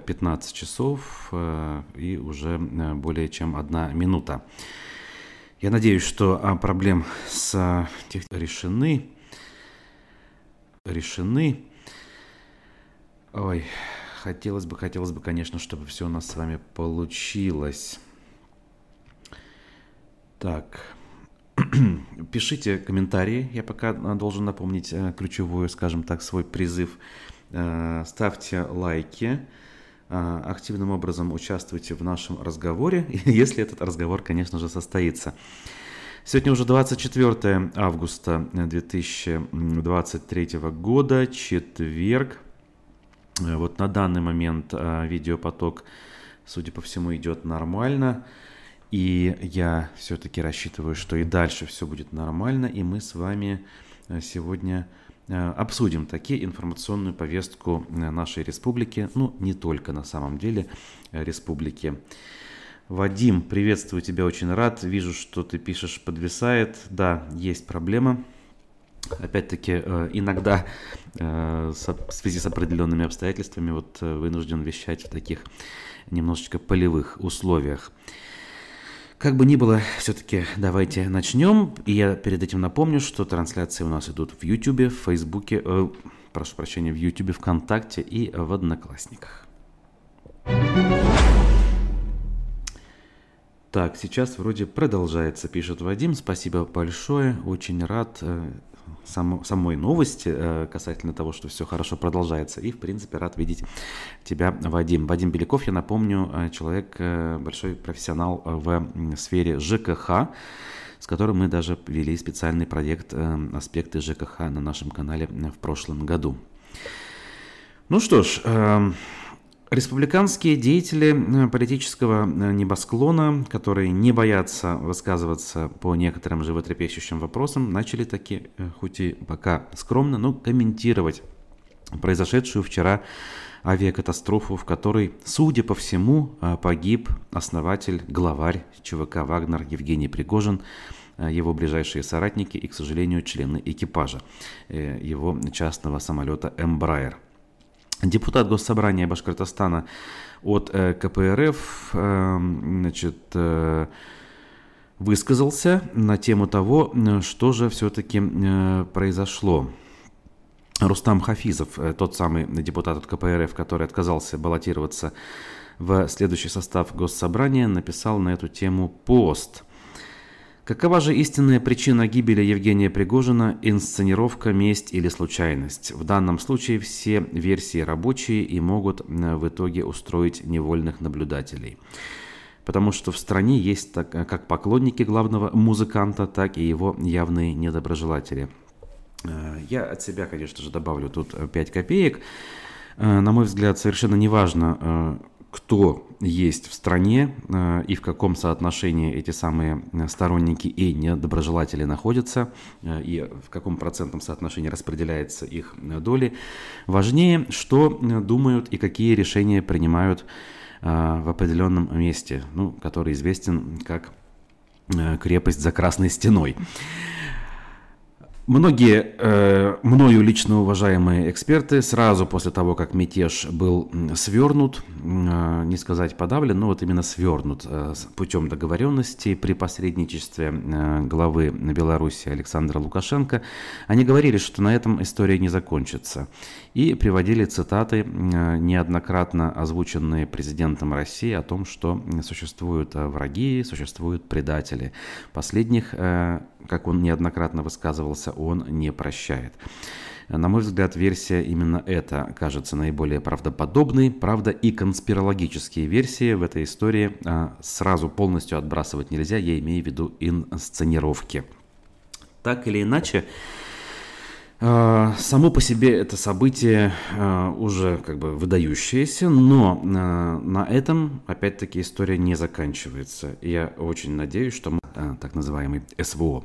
15 часов и уже более чем 1 минута. Я надеюсь, что проблем с решены. Ой, хотелось бы, конечно, чтобы все у нас с вами получилось. Так, пишите комментарии. Я пока должен напомнить ключевую, скажем так, свой призыв. Ставьте лайки. Активным образом участвуйте в нашем разговоре, если этот разговор, конечно же, состоится. Сегодня уже 24 августа 2023 года, четверг. Вот на данный момент видеопоток, судя по всему, идет нормально. И я все-таки рассчитываю, что и дальше все будет нормально, и мы с вами сегодня обсудим информационную повестку нашей республики, ну не только на самом деле республики. Вадим, приветствую тебя, очень рад, вижу, что ты пишешь, подвисает, да, есть проблема. Опять-таки, иногда в связи с определенными обстоятельствами вынужден вещать в таких немножечко полевых условиях. Как бы ни было, все-таки давайте начнем. И я перед этим напомню, что трансляции у нас идут в YouTube, в Фейсбуке, в YouTube, ВКонтакте и в Одноклассниках. Так, сейчас вроде продолжается, пишет Вадим. Спасибо большое, очень рад самой новости касательно того, что все хорошо продолжается. И, в принципе, рад видеть тебя, Вадим. Вадим Беляков, я напомню, человек, большой профессионал в сфере ЖКХ, с которым мы даже вели специальный проект «Аспекты ЖКХ» на нашем канале в прошлом году. Ну что ж, республиканские деятели политического небосклона, которые не боятся высказываться по некоторым животрепещущим вопросам, начали таки, хоть и пока скромно, но комментировать произошедшую вчера авиакатастрофу, в которой, судя по всему, погиб основатель, главарь ЧВК «Вагнер» Евгений Пригожин, его ближайшие соратники и, к сожалению, члены экипажа его частного самолета «Эмбраер». Депутат Госсобрания Башкортостана от КПРФ высказался на тему того, что же все-таки произошло. Рустам Хафизов, тот самый депутат от КПРФ, который отказался баллотироваться в следующий состав Госсобрания, написал на эту тему пост. Какова же истинная причина гибели Евгения Пригожина, инсценировка, месть или случайность? В данном случае все версии рабочие и могут в итоге устроить невольных наблюдателей. Потому что в стране есть как поклонники главного музыканта, так и его явные недоброжелатели. Я от себя, конечно же, добавлю тут 5 копеек. На мой взгляд, совершенно неважно, кто есть в стране и в каком соотношении эти самые сторонники и недоброжелатели находятся, и в каком процентном соотношении распределяется их доли. Важнее, что думают и какие решения принимают в определенном месте, который известен как крепость за Красной Стеной. Многие мною лично уважаемые эксперты сразу после того, как мятеж был свернут, не сказать подавлен, но именно свернут путем договоренности при посредничестве главы Беларуси Александра Лукашенко, они говорили, что на этом история не закончится. И приводили цитаты, неоднократно озвученные президентом России, о том, что существуют враги, существуют предатели. Последних, как он неоднократно высказывался, он не прощает. На мой взгляд, версия именно эта кажется наиболее правдоподобной. Правда, и конспирологические версии в этой истории сразу полностью отбрасывать нельзя, я имею в виду инсценировки. Так или иначе, само по себе это событие уже выдающееся, но на этом, опять-таки, история не заканчивается. Я очень надеюсь, что мы так называемый СВО.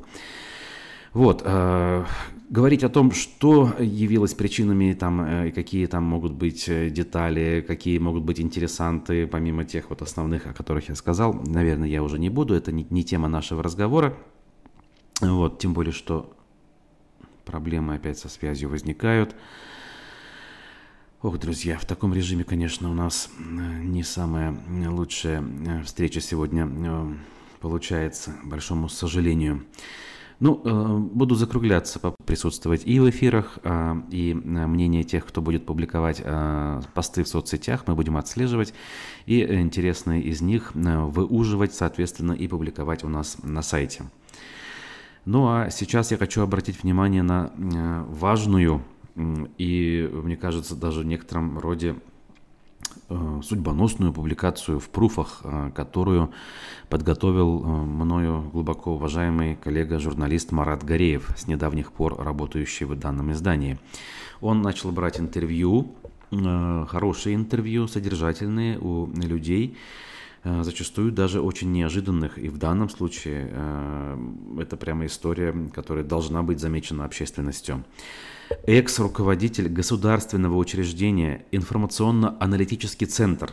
Говорить о том, что явилось причинами и какие там могут быть детали, какие могут быть интересанты, помимо тех основных, о которых я сказал, наверное, я уже не буду. Это не тема нашего разговора. Тем более, что проблемы опять со связью возникают. Ох, друзья, в таком режиме, конечно, у нас не самая лучшая встреча сегодня получается, к большому сожалению. Ну, буду закругляться, присутствовать и в эфирах, и мнение тех, кто будет публиковать посты в соцсетях, мы будем отслеживать, и интересные из них выуживать, соответственно, и публиковать у нас на сайте. Ну, а сейчас я хочу обратить внимание на важную и, мне кажется, даже в некотором роде судьбоносную публикацию в пруфах, которую подготовил мною глубоко уважаемый коллега-журналист Марат Гореев, с недавних пор работающий в данном издании. Он начал брать интервью, хорошие интервью, содержательные у людей, зачастую даже очень неожиданных. И в данном случае это прямо история, которая должна быть замечена общественностью. Экс-руководитель государственного учреждения «Информационно-аналитический центр».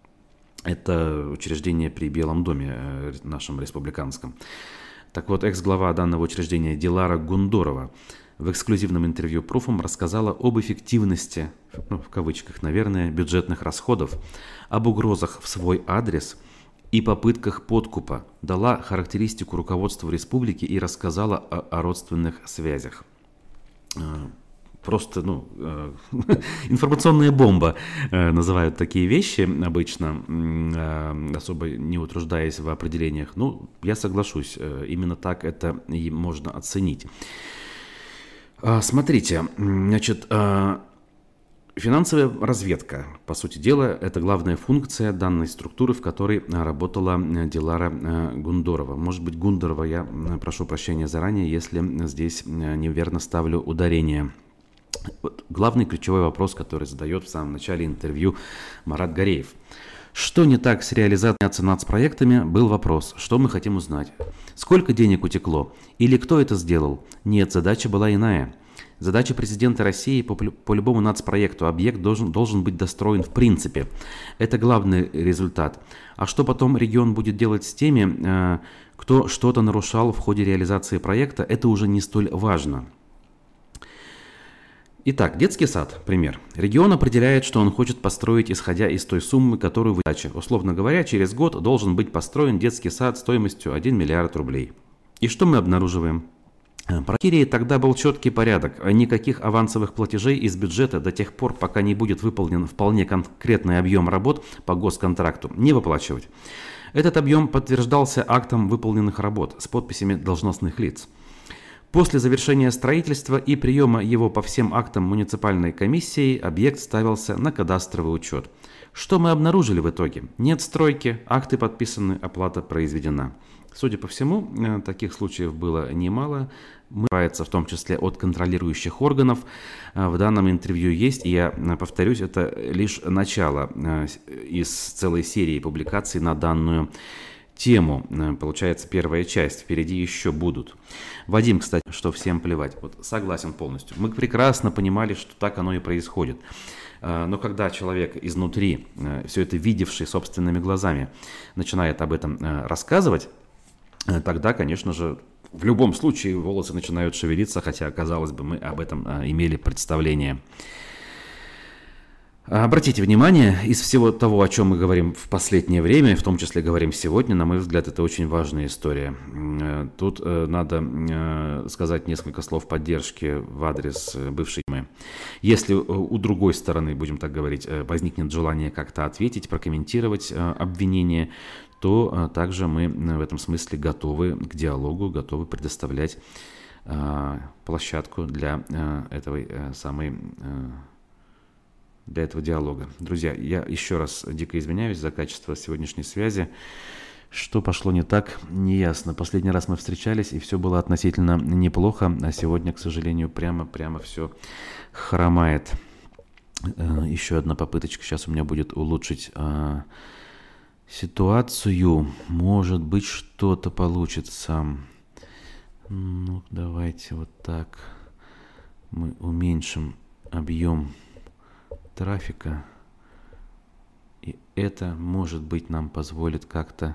Это учреждение при Белом доме, нашем республиканском. Так вот, экс-глава данного учреждения Дилара Гундорова в эксклюзивном интервью Пруфом рассказала об эффективности, ну, в кавычках, наверное, бюджетных расходов, об угрозах в свой адрес и попытках подкупа, дала характеристику руководству республики и рассказала о родственных связях. Просто, информационная бомба называют такие вещи обычно, особо не утруждаясь в определениях. Ну, я соглашусь, именно так это и можно оценить. Смотрите, значит, финансовая разведка, по сути дела, это главная функция данной структуры, в которой работала Дилара Гундорова. Может быть, Гундорова, я прошу прощения заранее, если здесь неверно ставлю ударение. Вот главный ключевой вопрос, который задает в самом начале интервью Марат Гореев. Что не так с реализацией нацпроектами, был вопрос, что мы хотим узнать. Сколько денег утекло? Или кто это сделал? Нет, задача была иная. Задача президента России по любому нацпроекту. Объект должен быть достроен в принципе. Это главный результат. А что потом регион будет делать с теми, кто что-то нарушал в ходе реализации проекта, это уже не столь важно. Итак, детский сад, пример. Регион определяет, что он хочет построить, исходя из той суммы, которую выдача. Условно говоря, через год должен быть построен детский сад стоимостью 1 миллиард рублей. И что мы обнаруживаем? Про Кирии тогда был четкий порядок. Никаких авансовых платежей из бюджета до тех пор, пока не будет выполнен вполне конкретный объем работ по госконтракту, не выплачивать. Этот объем подтверждался актом выполненных работ с подписями должностных лиц. После завершения строительства и приема его по всем актам муниципальной комиссии объект ставился на кадастровый учет. Что мы обнаружили в итоге? Нет стройки, акты подписаны, оплата произведена. Судя по всему, таких случаев было немало. В том числе от контролирующих органов. В данном интервью есть, и я повторюсь, это лишь начало из целой серии публикаций на данную тему. Получается, первая часть, впереди еще будут. Вадим, кстати, что всем плевать. Вот согласен полностью. Мы прекрасно понимали, что так оно и происходит. Но когда человек изнутри, все это видевший собственными глазами, начинает об этом рассказывать, тогда, конечно же, в любом случае волосы начинают шевелиться, хотя, казалось бы, мы об этом имели представление. Обратите внимание, из всего того, о чем мы говорим в последнее время, в том числе говорим сегодня, на мой взгляд, это очень важная история. Тут надо сказать несколько слов поддержки в адрес бывшей темы. Если у другой стороны, будем так говорить, возникнет желание как-то ответить, прокомментировать обвинение, то также мы в этом смысле готовы к диалогу, готовы предоставлять площадку для для этого диалога. Друзья, я еще раз дико извиняюсь за качество сегодняшней связи. Что пошло не так, неясно. Последний раз мы встречались, и все было относительно неплохо, а сегодня, к сожалению, прямо все хромает. Еще одна попыточка сейчас у меня будет улучшить ситуацию. Может быть, что-то получится. Ну, давайте вот так. Мы уменьшим объем трафика, и это, может быть, нам позволит как-то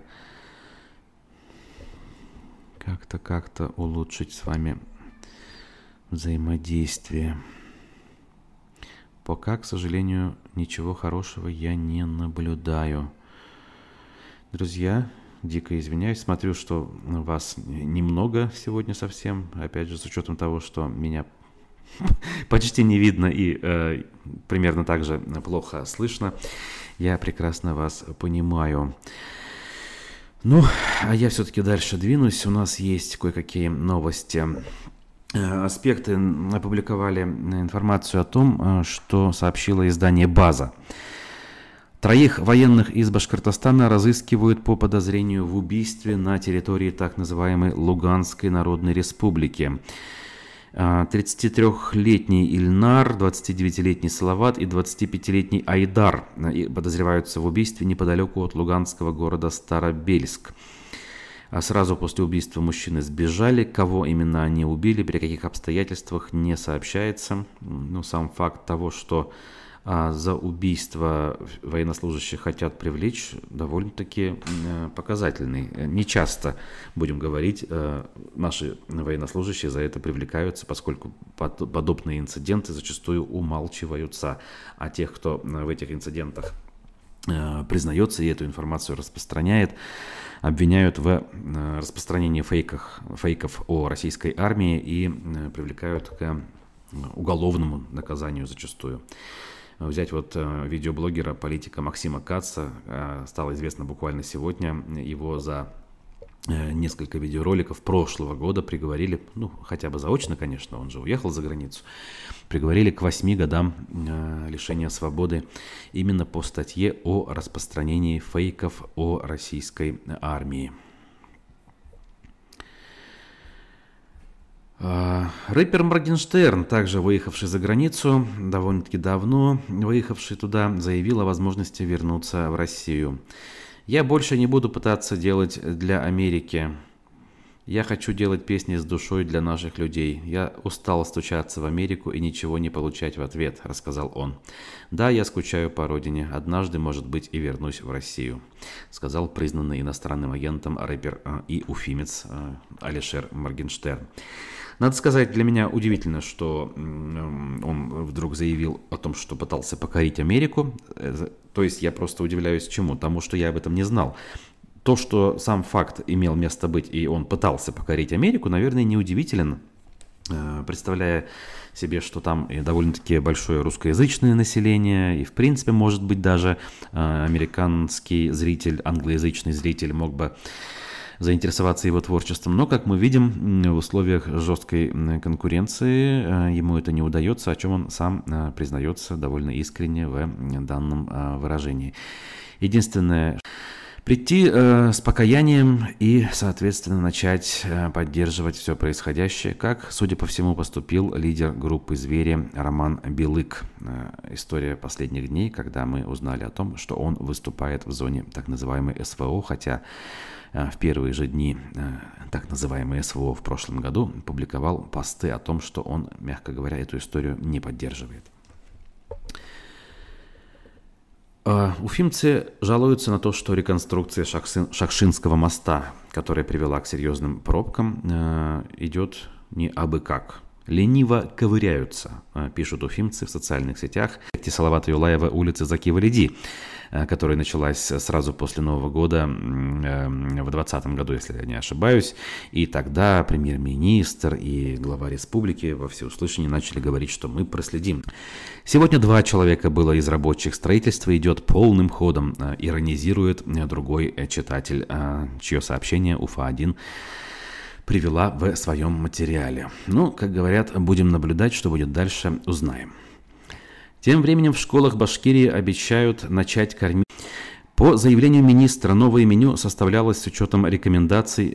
улучшить с вами взаимодействие. пока, к сожалению, ничего хорошего я не наблюдаю. Друзья, дико извиняюсь, смотрю, что вас немного сегодня совсем, опять же, с учетом того, что меня почти не видно и примерно так же плохо слышно, я прекрасно вас понимаю. Ну, а я все-таки дальше двинусь, у нас есть кое-какие новости. Аспекты опубликовали информацию о том, что сообщило издание «База». 3 военных из Башкортостана разыскивают по подозрению в убийстве на территории так называемой Луганской Народной Республики. 33-летний Ильнар, 29-летний Салават и 25-летний Айдар подозреваются в убийстве неподалеку от луганского города Старобельск. Сразу после убийства мужчины сбежали. Кого именно они убили, при каких обстоятельствах, не сообщается. Но сам факт того, что за убийство военнослужащих хотят привлечь, довольно-таки показательный. Не часто, будем говорить, наши военнослужащие за это привлекаются, поскольку подобные инциденты зачастую умалчиваются. А тех, кто в этих инцидентах признается и эту информацию распространяет, обвиняют в распространении фейков о российской армии и привлекают к уголовному наказанию зачастую. Взять вот видеоблогера, политика Максима Каца, стало известно буквально сегодня, его за несколько видеороликов прошлого года приговорили, ну, хотя бы заочно, конечно, он же уехал за границу, приговорили к 8 годам лишения свободы именно по статье о распространении фейков о российской армии. Рэпер Моргенштерн, также выехавший за границу, довольно-таки давно выехавший туда, заявил о возможности вернуться в Россию. «Я больше не буду пытаться делать для Америки. Я хочу делать песни с душой для наших людей. Я устал стучаться в Америку и ничего не получать в ответ», — рассказал он. «Да, я скучаю по родине. Однажды, может быть, и вернусь в Россию», — сказал признанный иностранным агентом рэпер и уфимец Алишер Моргенштерн. Надо сказать, для меня удивительно, что он вдруг заявил о том, что пытался покорить Америку. То есть я просто удивляюсь чему? Тому, что я об этом не знал. То, что сам факт имел место быть, и он пытался покорить Америку, наверное, неудивителен, представляя себе, что там довольно-таки большое русскоязычное население, и, в принципе, может быть, даже американский зритель, англоязычный зритель мог бы заинтересоваться его творчеством. Но, как мы видим, в условиях жесткой конкуренции ему это не удается, о чем он сам признается довольно искренне в данном выражении. Единственное, прийти с покаянием и, соответственно, начать поддерживать все происходящее, как, судя по всему, поступил лидер группы «Звери» Роман Белык. История последних дней, когда мы узнали о том, что он выступает в зоне так называемой СВО, хотя в первые же дни так называемой СВО в прошлом году публиковал посты о том, что он, мягко говоря, эту историю не поддерживает. Уфимцы жалуются на то, что реконструкция Шахшинского моста, которая привела к серьезным пробкам, идет не абы как. Лениво ковыряются, пишут уфимцы в социальных сетях. Салавата Юлаева улицы Заки-Валиди, которая началась сразу после Нового года в 2020 году, если я не ошибаюсь. И тогда премьер-министр и глава республики во всеуслышание начали говорить, что мы проследим. Сегодня 2 человека было из рабочих, строительства идет полным ходом, иронизирует другой читатель, чье сообщение Уфа-1 привела в своем материале. Ну, как говорят, будем наблюдать, что будет дальше, узнаем. Тем временем в школах Башкирии обещают начать кормить. По заявлению министра, новое меню составлялось с учетом рекомендаций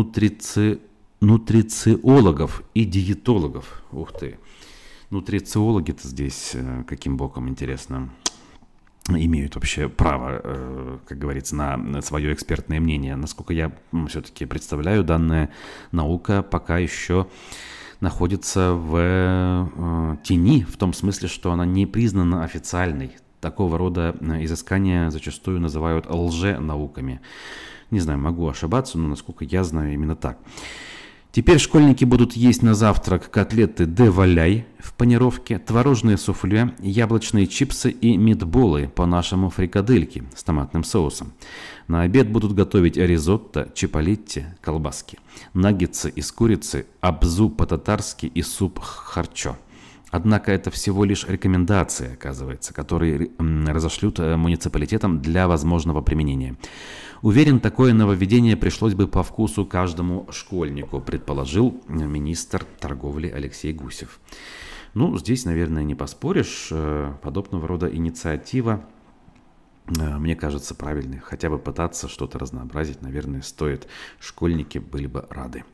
нутрициологов и диетологов. Ух ты! Нутрициологи-то здесь каким боком, интересно, имеют вообще право, как говорится, на свое экспертное мнение. Насколько я все-таки представляю, данная наука пока еще находится в тени, в том смысле, что она не признана официальной. Такого рода изыскания зачастую называют лженауками. Не знаю, могу ошибаться, но насколько я знаю, именно так. Теперь школьники будут есть на завтрак котлеты «де валяй» в панировке, творожные суфле, яблочные чипсы и митболы, по-нашему фрикадельки с томатным соусом. На обед будут готовить ризотто, чиполитти, колбаски, наггетсы из курицы, абзу по-татарски и суп харчо. Однако это всего лишь рекомендации, оказывается, которые разошлют муниципалитетам для возможного применения. Уверен, такое нововведение пришлось бы по вкусу каждому школьнику, предположил министр торговли Алексей Гусев. Ну, здесь, наверное, не поспоришь. Подобного рода инициатива, мне кажется, правильной. Хотя бы пытаться что-то разнообразить, наверное, стоит. Школьники были бы рады.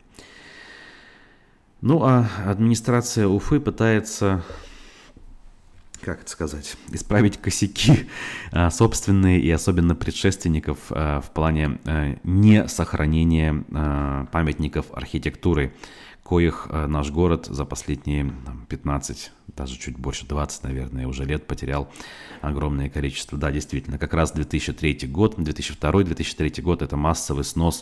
Ну, а администрация Уфы пытается, как это сказать, исправить косяки собственные и особенно предшественников в плане несохранения памятников архитектуры, коих наш город за последние 15, даже чуть больше 20, наверное, уже лет потерял огромное количество. Да, действительно, как раз 2003 год, 2002-2003 год – это массовый снос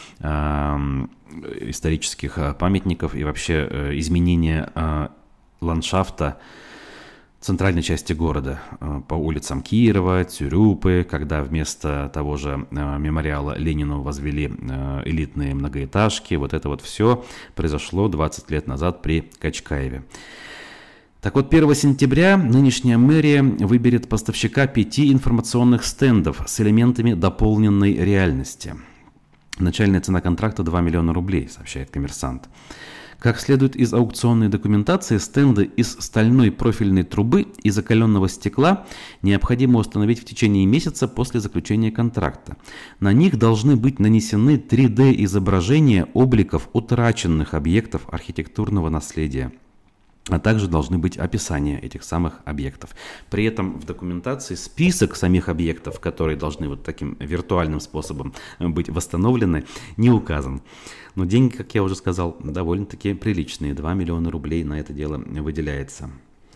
исторических памятников и вообще изменение ландшафта центральной части города по улицам Кирова, Цюрюпы, когда вместо того же мемориала Ленину возвели элитные многоэтажки. Вот это вот все произошло 20 лет назад при Качкаеве. Так вот, 1 сентября нынешняя мэрия выберет поставщика 5 информационных стендов с элементами дополненной реальности. Начальная цена контракта 2 миллиона рублей, сообщает «Коммерсант». Как следует из аукционной документации, стенды из стальной профильной трубы и закаленного стекла необходимо установить в течение месяца после заключения контракта. На них должны быть нанесены 3D-изображения обликов утраченных объектов архитектурного наследия, а также должны быть описания этих самых объектов. При этом в документации список самих объектов, которые должны вот таким виртуальным способом быть восстановлены, не указан. Но деньги, как я уже сказал, довольно-таки приличные. 2 миллиона рублей на это дело выделяется.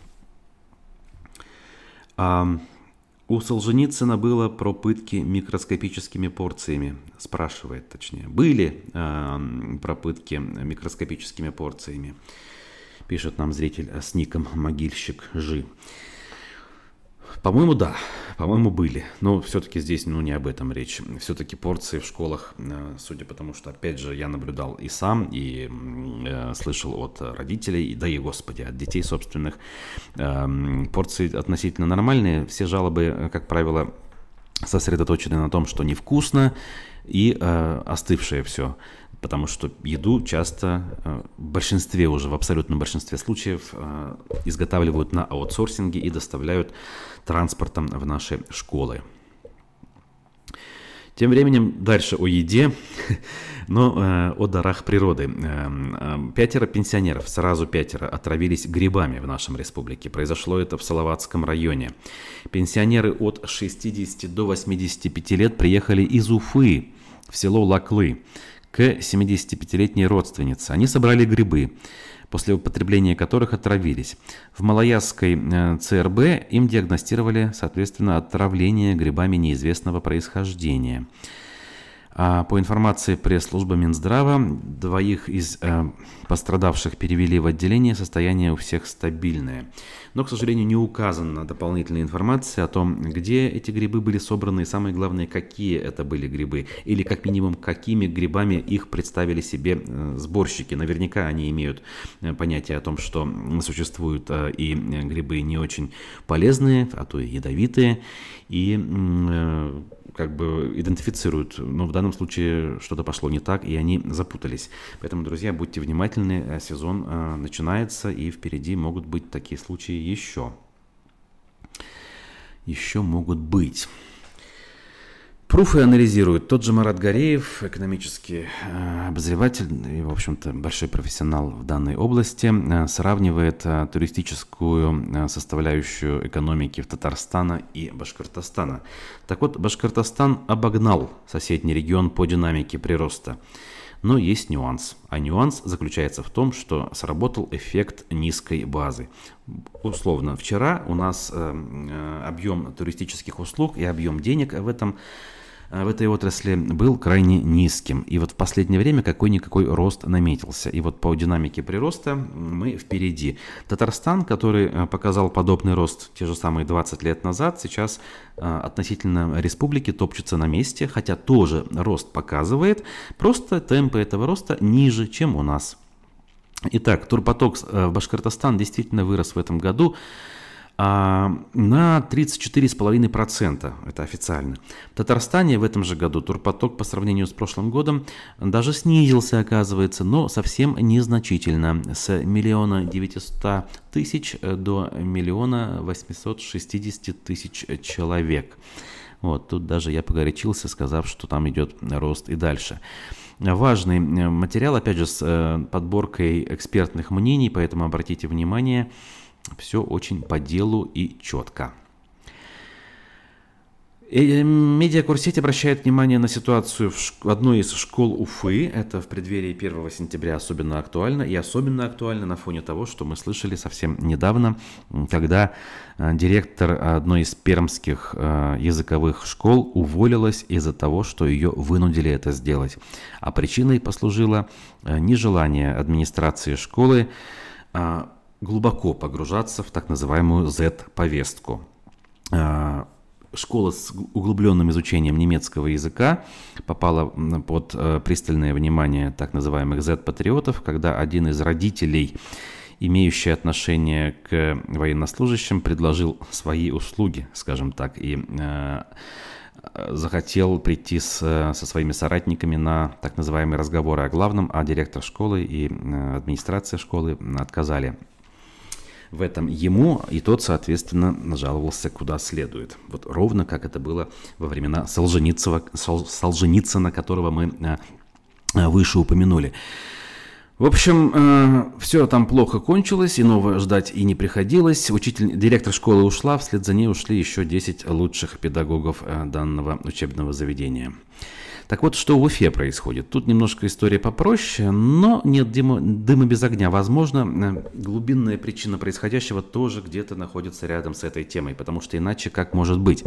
У Солженицына было про пытки микроскопическими порциями. Спрашивает, точнее, были про пытки микроскопическими порциями? Пишет нам зритель с ником Могильщик Жи. По-моему, да. По-моему, были. Но все-таки здесь не об этом речь. Все-таки порции в школах, судя по тому, что, опять же, я наблюдал и сам, и слышал от родителей, да и, господи, от детей собственных, порции относительно нормальные. Все жалобы, как правило, сосредоточены на том, что невкусно и остывшее все. Потому что еду часто в большинстве уже, в абсолютном большинстве случаев изготавливают на аутсорсинге и доставляют транспортом в наши школы. Тем временем дальше о еде, но о дарах природы. 5 пенсионеров, сразу 5, отравились грибами в нашем республике. Произошло это в Салаватском районе. Пенсионеры от 60 до 85 лет приехали из Уфы в село Лаклы к 75-летней родственнице. Они собрали грибы, после употребления которых отравились. В Малоясской ЦРБ им диагностировали, соответственно, отравление грибами неизвестного происхождения. А по информации пресс-службы Минздрава, 2 из пострадавших перевели в отделение, состояние у всех стабильное. Но, к сожалению, не указана дополнительная информация о том, где эти грибы были собраны и, самое главное, какие это были грибы. Или, как минимум, какими грибами их представили себе сборщики. Наверняка они имеют понятие о том, что существуют и грибы не очень полезные, а то и ядовитые, и как бы идентифицируют, но в данном случае что-то пошло не так, и они запутались. Поэтому, друзья, будьте внимательны, сезон начинается, и впереди могут быть такие случаи еще. Еще могут быть. Пруфы анализирует тот же Марат Гореев, экономический обозреватель и, в общем-то, большой профессионал в данной области, сравнивает туристическую составляющую экономики в Татарстана и Башкортостана. Так вот, Башкортостан обогнал соседний регион по динамике прироста. Но есть нюанс. А нюанс заключается в том, что сработал эффект низкой базы. Условно, вчера у нас объем туристических услуг и объем денег в этом в этой отрасли был крайне низким. И вот в последнее время какой-никакой рост наметился. И вот по динамике прироста мы впереди. Татарстан, который показал подобный рост те же самые 20 лет назад, сейчас относительно республики топчется на месте, хотя тоже рост показывает, просто темпы этого роста ниже, чем у нас. Итак, турпоток в Башкортостан действительно вырос в этом году на 34,5%, это официально. В Татарстане в этом же году турпоток по сравнению с прошлым годом даже снизился, оказывается, но совсем незначительно, с 1 900 000 до 1 860 000 человек. Вот, тут даже я погорячился, сказав, что там идет рост и дальше. Важный материал, опять же, с подборкой экспертных мнений, поэтому обратите внимание, все очень по делу и четко. Медиакурсеть обращает внимание на ситуацию в одной из школ Уфы. Это в преддверии 1 сентября особенно актуально. И особенно актуально на фоне того, что мы слышали совсем недавно, когда директор одной из пермских языковых школ уволилась из-за того, что ее вынудили это сделать. А причиной послужило нежелание администрации школы глубоко погружаться в так называемую Z-повестку. Школа с углубленным изучением немецкого языка попала под пристальное внимание так называемых Z-патриотов, когда один из родителей, имеющий отношение к военнослужащим, предложил свои услуги, скажем так, и захотел прийти со своими соратниками на так называемые разговоры о главном, а директор школы и администрация школы отказали в этом ему, и тот, соответственно, нажаловался куда следует. Вот ровно как это было во времена Солженицына, которого мы выше упомянули. В общем, все там плохо кончилось, иного ждать и не приходилось. Директор школы ушла, вслед за ней ушли еще 10 лучших педагогов данного учебного заведения. Так вот, что в Уфе происходит? Тут немножко история попроще, но нет дыма без огня. Возможно, глубинная причина происходящего тоже где-то находится рядом с этой темой, потому что иначе как может быть,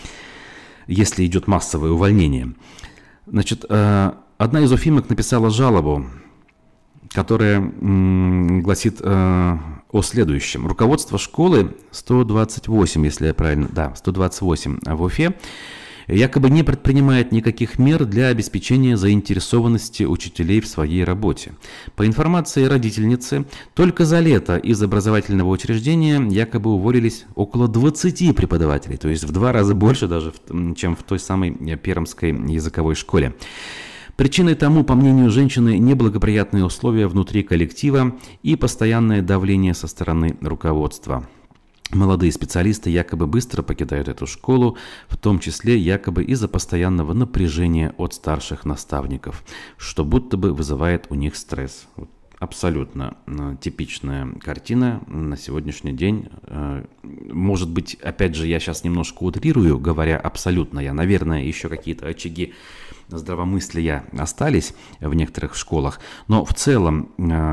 если идет массовое увольнение? Значит, одна из уфимок написала жалобу, которая гласит о следующем. Руководство школы 128, если я правильно, 128 в Уфе, якобы не предпринимает никаких мер для обеспечения заинтересованности учителей в своей работе. По информации родительницы, только за лето из образовательного учреждения якобы уволились около 20 преподавателей, то есть в 2 раза больше даже, чем в той самой пермской языковой школе. Причиной тому, по мнению женщины, неблагоприятные условия внутри коллектива и постоянное давление со стороны руководства. Молодые специалисты якобы быстро покидают эту школу, в том числе якобы из-за постоянного напряжения от старших наставников, что будто бы вызывает у них стресс. Абсолютно типичная картина на сегодняшний день. Может быть, опять же, я сейчас немножко утрирую, говоря абсолютно. Наверное, еще какие-то очаги здравомыслия остались в некоторых школах. Но в целом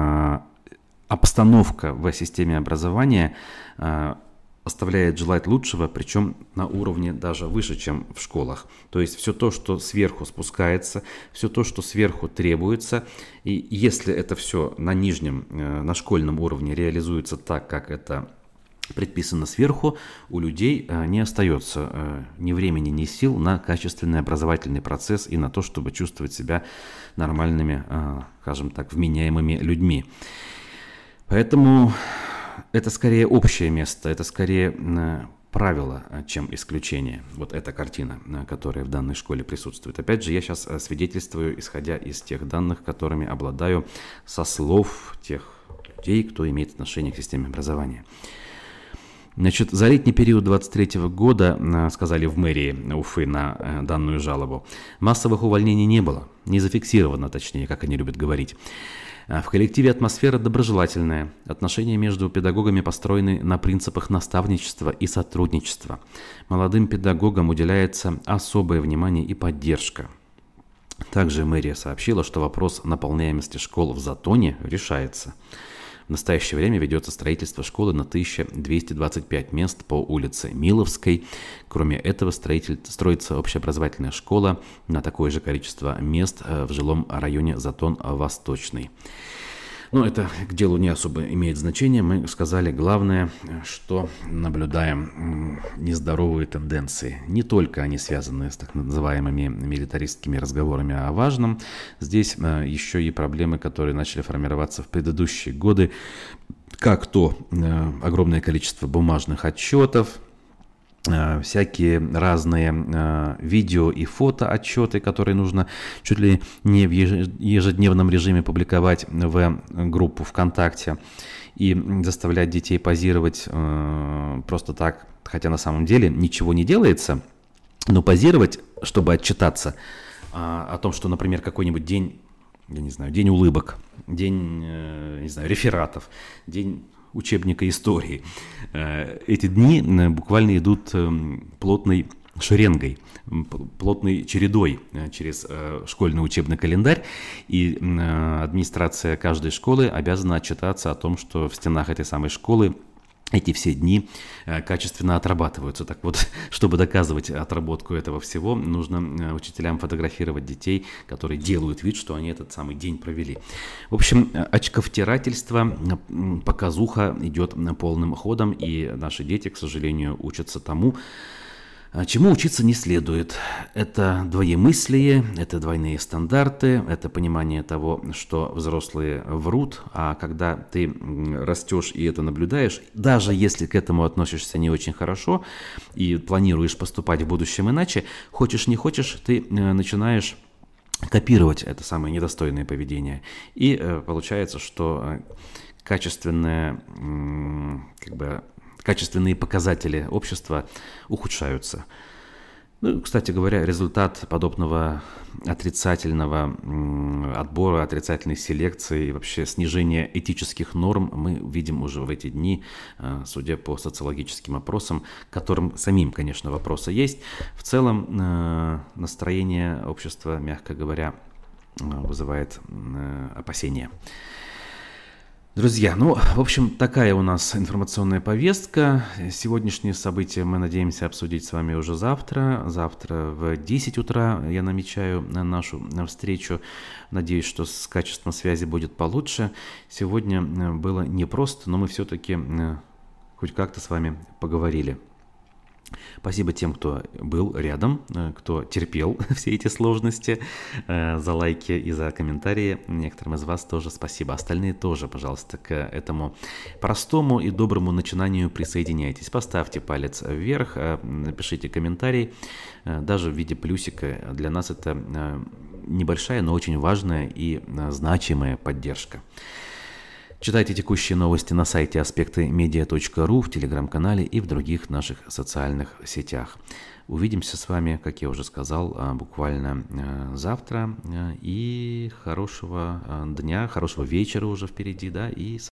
обстановка в системе образования оставляет желать лучшего, причем на уровне даже выше, чем в школах. То есть все то, что сверху спускается, все то, что сверху требуется, и если это все на нижнем, на школьном уровне реализуется так, как это предписано сверху, у людей не остается ни времени, ни сил на качественный образовательный процесс и на то, чтобы чувствовать себя нормальными, скажем так, вменяемыми людьми. Поэтому это скорее общее место, это скорее правило, чем исключение. Вот эта картина, которая в данной школе присутствует. Опять же, я сейчас свидетельствую, исходя из тех данных, которыми обладаю, со слов тех людей, кто имеет отношение к системе образования. Значит, за летний период 2023 года, сказали в мэрии Уфы на данную жалобу, массовых увольнений не было, не зафиксировано, точнее, как они любят говорить. В коллективе атмосфера доброжелательная, отношения между педагогами построены на принципах наставничества и сотрудничества. Молодым педагогам уделяется особое внимание и поддержка. Также мэрия сообщила, что вопрос наполняемости школ в Затоне решается. В настоящее время ведется строительство школы на 1225 мест по улице Миловской. Кроме этого, строится общеобразовательная школа на такое же количество мест в жилом районе Затон-Восточный. Но это к делу не особо имеет значение. Мы сказали главное, что наблюдаем нездоровые тенденции. Не только они связаны с так называемыми милитаристскими разговорами о важном. Здесь еще и проблемы, которые начали формироваться в предыдущие годы, как то огромное количество бумажных отчетов, всякие разные видео и фото отчеты, которые нужно чуть ли не в ежедневном режиме публиковать в группу ВКонтакте и заставлять детей позировать просто так, хотя на самом деле ничего не делается, но позировать, чтобы отчитаться о том, что, например, какой-нибудь день, я не знаю, день улыбок, день, не знаю, рефератов, день учебника истории. Эти дни буквально идут плотной шеренгой, плотной чередой через школьный учебный календарь, и администрация каждой школы обязана отчитаться о том, что в стенах этой самой школы эти все дни качественно отрабатываются. Так вот, чтобы доказывать отработку этого всего, нужно учителям фотографировать детей, которые делают вид, что они этот самый день провели. В общем, очковтирательство, показуха идет полным ходом, и наши дети, к сожалению, учатся тому, чему учиться не следует. Это двоемыслие, это двойные стандарты, это понимание того, что взрослые врут, а когда ты растешь и это наблюдаешь, даже если к этому относишься не очень хорошо и планируешь поступать в будущем иначе, хочешь не хочешь, ты начинаешь копировать это самое недостойное поведение. И получается, что качественные показатели общества ухудшаются. Ну, кстати говоря, результат подобного отрицательного отбора, отрицательной селекции и вообще снижения этических норм мы видим уже в эти дни, судя по социологическим опросам, которым самим, конечно, вопросы есть. В целом настроение общества, мягко говоря, вызывает опасения. Друзья, ну, в общем, такая у нас информационная повестка. Сегодняшние события мы надеемся обсудить с вами уже завтра. Завтра в 10 утра я намечаю нашу встречу. Надеюсь, что с качеством связи будет получше. Сегодня было непросто, но мы все-таки хоть как-то с вами поговорили. Спасибо тем, кто был рядом, кто терпел все эти сложности, за лайки и за комментарии. Некоторым из вас тоже спасибо. Остальные тоже, пожалуйста, к этому простому и доброму начинанию присоединяйтесь. Поставьте палец вверх, напишите комментарий, даже в виде плюсика. Для нас это небольшая, но очень важная и значимая поддержка. Читайте текущие новости на сайте aspectmedia.ru, в телеграм-канале и в других наших социальных сетях. Увидимся с вами, как я уже сказал, буквально завтра. И хорошего дня, хорошего вечера уже впереди, да, и